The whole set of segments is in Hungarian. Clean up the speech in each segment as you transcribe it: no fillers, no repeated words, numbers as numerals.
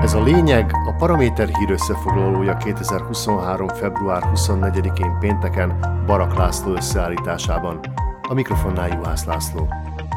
Ez a lényeg, a Paraméter hír összefoglalója 2023. február 24-én pénteken Barak László összeállításában. A mikrofonnál Juhász László.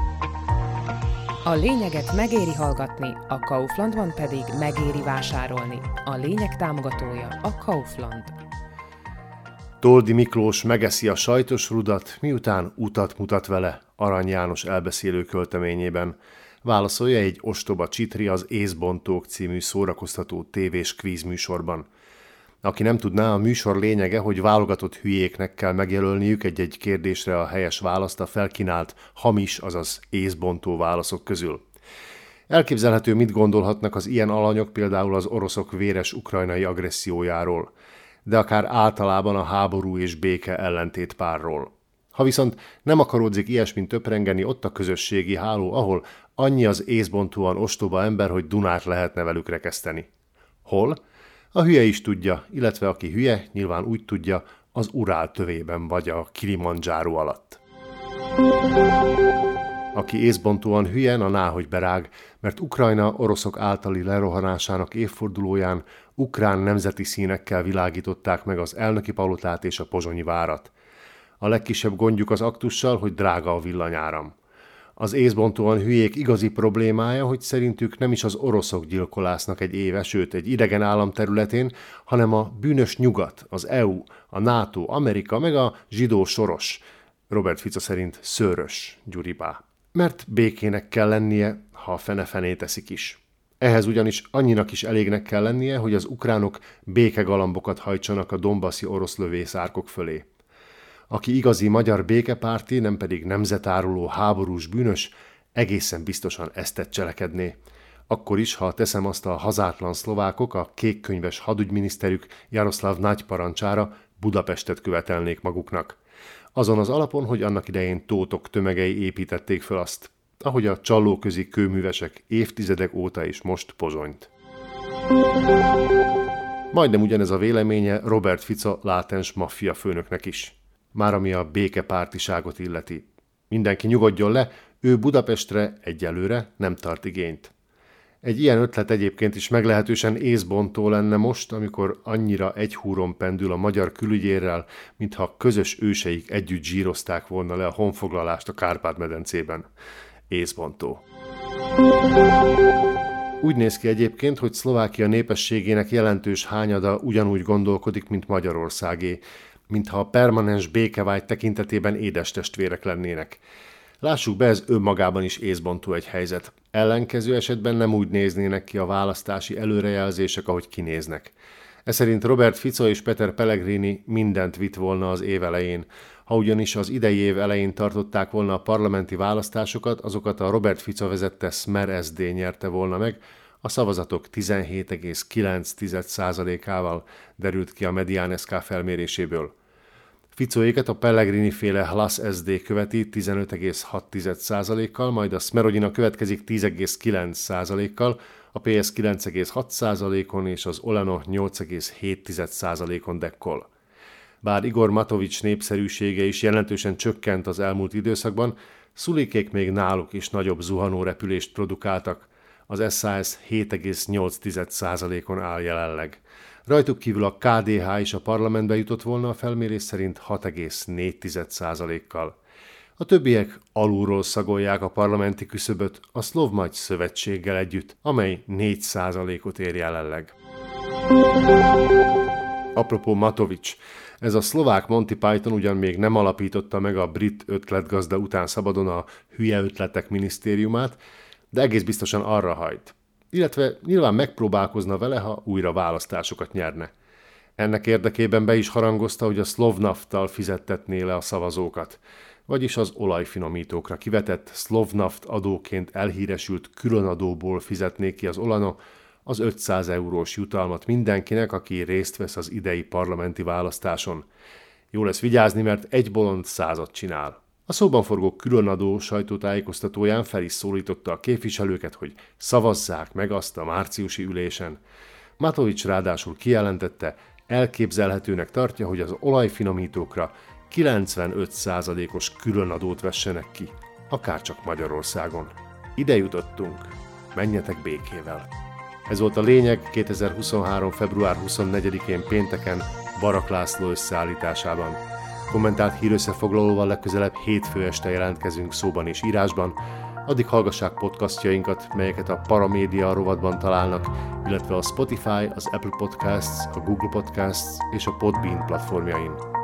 A lényeget megéri hallgatni, a Kauflandban pedig megéri vásárolni. A lényeg támogatója a Kaufland. Toldy Miklós megeszi a sajtos rudat, miután utat mutat vele Arany János elbeszélő költeményében. Válaszolja egy ostoba csitri az Észbontók című szórakoztató tévés kvízműsorban. Aki nem tudná, a műsor lényege, hogy válogatott hülyéknek kell megjelölniük egy-egy kérdésre a helyes választ a felkínált hamis, azaz észbontó válaszok közül. Elképzelhető, mit gondolhatnak az ilyen alanyok például az oroszok véres ukrajnai agressziójáról, de akár általában a háború és béke ellentétpárról. Ha viszont nem akaródzik ilyesmint töprengeni, ott a közösségi háló, ahol annyi az észbontóan ostoba ember, hogy Dunát lehetne velük rekeszteni. Hol? A hülye is tudja, illetve aki hülye, nyilván úgy tudja, az Urál tövében vagy a Kilimandzsáró alatt. Aki észbontóan hülye, na náhogy berág, mert Ukrajna oroszok általi lerohanásának évfordulóján ukrán nemzeti színekkel világították meg az elnöki palotát és a pozsonyi várat. A legkisebb gondjuk az aktussal, hogy drága a villanyáram. Az észbontóan hülyék igazi problémája, hogy szerintük nem is az oroszok gyilkolásznak egy éve, sőt egy idegen állam területén, hanem a bűnös nyugat, az EU, a NATO, Amerika, meg a zsidó soros, Robert Fico szerint szőrös Gyuripá. Mert békének kell lennie, ha a fene-fené teszik is. Ehhez ugyanis annyinak is elégnek kell lennie, hogy az ukránok békegalambokat hajtsanak a donbaszi orosz lövészárkok fölé. Aki igazi magyar békepárti, nem pedig nemzetáruló háborús bűnös, egészen biztosan ezt cselekedné. Akkor is, ha teszem azt, a hazátlan szlovákok a kékkönyves hadügyminiszterük Jaroszláv nagy parancsára Budapestet követelnék maguknak. Azon az alapon, hogy annak idején tótok tömegei építették föl azt, ahogy a csallóközi kőművesek évtizedek óta is most Pozsonyt. Majdnem ugyanez a véleménye Robert Fico látens maffia főnöknek is. Már ami a békepártiságot illeti. Mindenki nyugodjon le, ő Budapestre egyelőre nem tart igényt. Egy ilyen ötlet egyébként is meglehetősen észbontó lenne most, amikor annyira egy húron pendül a magyar külügyérrel, mintha közös őseik együtt zsírozták volna le a honfoglalást a Kárpát-medencében. Észbontó. Úgy néz ki egyébként, hogy Szlovákia népességének jelentős hányada ugyanúgy gondolkodik, mint Magyarországé, mintha a permanens békevágy tekintetében édestestvérek lennének. Lássuk be, ez önmagában is észbontó egy helyzet. Ellenkező esetben nem úgy néznének ki a választási előrejelzések, ahogy kinéznek. Eszerint Robert Fico és Peter Pellegrini mindent vitt volna az év elején. Ha ugyanis az idei év elején tartották volna a parlamenti választásokat, azokat a Robert Fico vezette Smer SD nyerte volna meg, a szavazatok 17,9%-ával derült ki a Medián SK felméréséből. Ficóéket a Pellegrini-féle Hlas SD követi 15,6%-kal, majd a Smerodina következik 10,9%-kal, a PS 9,6%-on és az Olano 8,7%-on dekkol. Bár Igor Matovics népszerűsége is jelentősen csökkent az elmúlt időszakban, Szulikék még náluk is nagyobb zuhanórepülést produkáltak. Az SAS 7,8%-on áll jelenleg. Rajtuk kívül a KDH is a parlamentbe jutott volna a felmérés szerint 6,4%-kal. A többiek alulról szagolják a parlamenti küszöböt a Szlovmagy szövetséggel együtt, amely 4%-ot ér jelenleg. Apropó Matovics, ez a szlovák Monty Python ugyan még nem alapította meg a brit ötletgazda után szabadon a hülye ötletek minisztériumát, de egész biztosan arra hajt. Illetve nyilván megpróbálkozna vele, ha újra választásokat nyerne. Ennek érdekében be is harangozta, hogy a Slovnafttal fizettetné le a szavazókat, vagyis az olajfinomítókra kivetett Slovnaft adóként elhíresült különadóból fizetné ki az Olano az 500 eurós jutalmat mindenkinek, aki részt vesz az idei parlamenti választáson. Jó lesz vigyázni, mert egy bolond 100-at csinál. A szóban forgó különadó sajtótájékoztatóján fel is szólította a képviselőket, hogy szavazzák meg azt a márciusi ülésen. Matovics ráadásul kijelentette, elképzelhetőnek tartja, hogy az olajfinomítókra 95%-os különadót vessenek ki, akárcsak Magyarországon. Ide jutottunk, menjetek békével! Ez volt a lényeg 2023. február 24-én pénteken Barak László összeállításában. Kommentált hírösszefoglalóval legközelebb hétfő este jelentkezünk szóban és írásban. Addig hallgassák podcastjainkat, melyeket a Paramédia rovatban találnak, illetve a Spotify, az Apple Podcasts, a Google Podcasts és a Podbean platformjain.